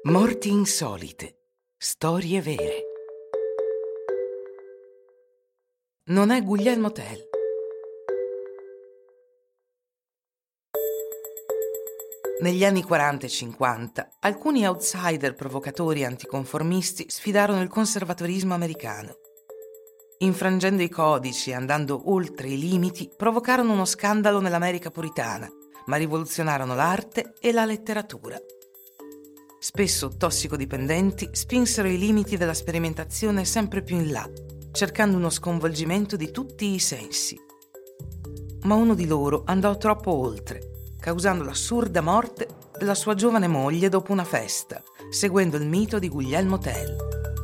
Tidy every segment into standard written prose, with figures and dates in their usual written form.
Morti insolite. Storie vere. Non è Guglielmo Tell. Negli anni 40 e 50, alcuni outsider provocatori anticonformisti sfidarono il conservatorismo americano. Infrangendo i codici e andando oltre i limiti, provocarono uno scandalo nell'America puritana, ma rivoluzionarono l'arte e la letteratura. Spesso tossicodipendenti spinsero i limiti della sperimentazione sempre più in là, cercando uno sconvolgimento di tutti i sensi. Ma uno di loro andò troppo oltre, causando l'assurda morte della sua giovane moglie dopo una festa, seguendo il mito di Guglielmo Tell.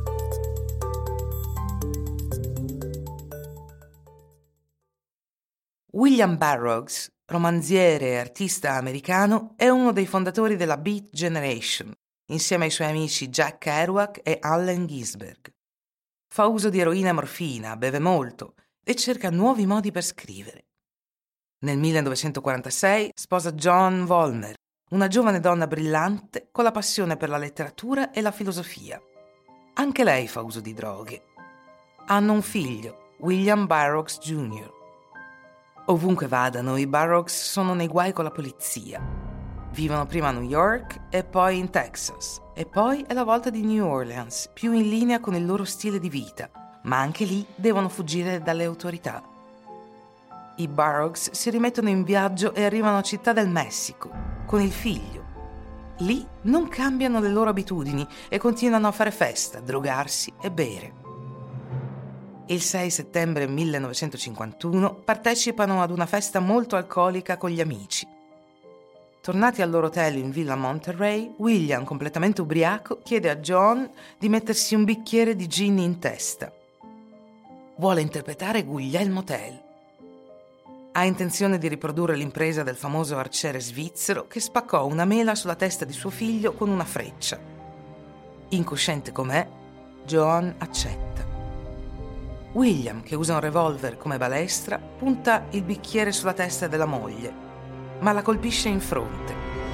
William Burroughs, romanziere e artista americano, è uno dei fondatori della Beat Generation, insieme ai suoi amici Jack Kerouac e Allen Ginsberg. Fa uso di eroina e morfina, beve molto e cerca nuovi modi per scrivere. Nel 1946 sposa Joan Vollmer, una giovane donna brillante con la passione per la letteratura e la filosofia. Anche lei fa uso di droghe. Hanno un figlio, William Burroughs Jr. Ovunque vadano, i Burroughs sono nei guai con la polizia. Vivono prima a New York e poi in Texas. E poi è la volta di New Orleans, più in linea con il loro stile di vita, ma anche lì devono fuggire dalle autorità. I Burroughs si rimettono in viaggio e arrivano a Città del Messico, con il figlio. Lì non cambiano le loro abitudini e continuano a fare festa, drogarsi e bere. Il 6 settembre 1951 partecipano ad una festa molto alcolica con gli amici. Tornati al loro hotel in Villa Monterey, William, completamente ubriaco, chiede a John di mettersi un bicchiere di gin in testa. Vuole interpretare Guglielmo Tell. Ha intenzione di riprodurre l'impresa del famoso arciere svizzero che spaccò una mela sulla testa di suo figlio con una freccia. Incosciente com'è, John accetta. William, che usa un revolver come balestra, punta il bicchiere sulla testa della moglie, ma la colpisce in fronte.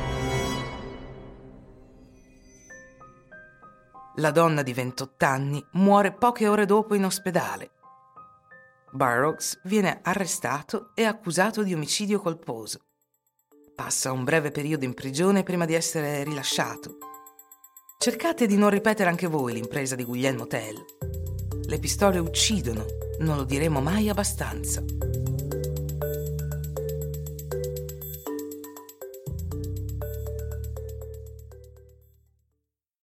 La donna di 28 anni muore poche ore dopo in ospedale. Burroughs viene arrestato e accusato di omicidio colposo. Passa un breve periodo in prigione prima di essere rilasciato. Cercate di non ripetere anche voi l'impresa di Guglielmo Tell. Le pistole uccidono, non lo diremo mai abbastanza.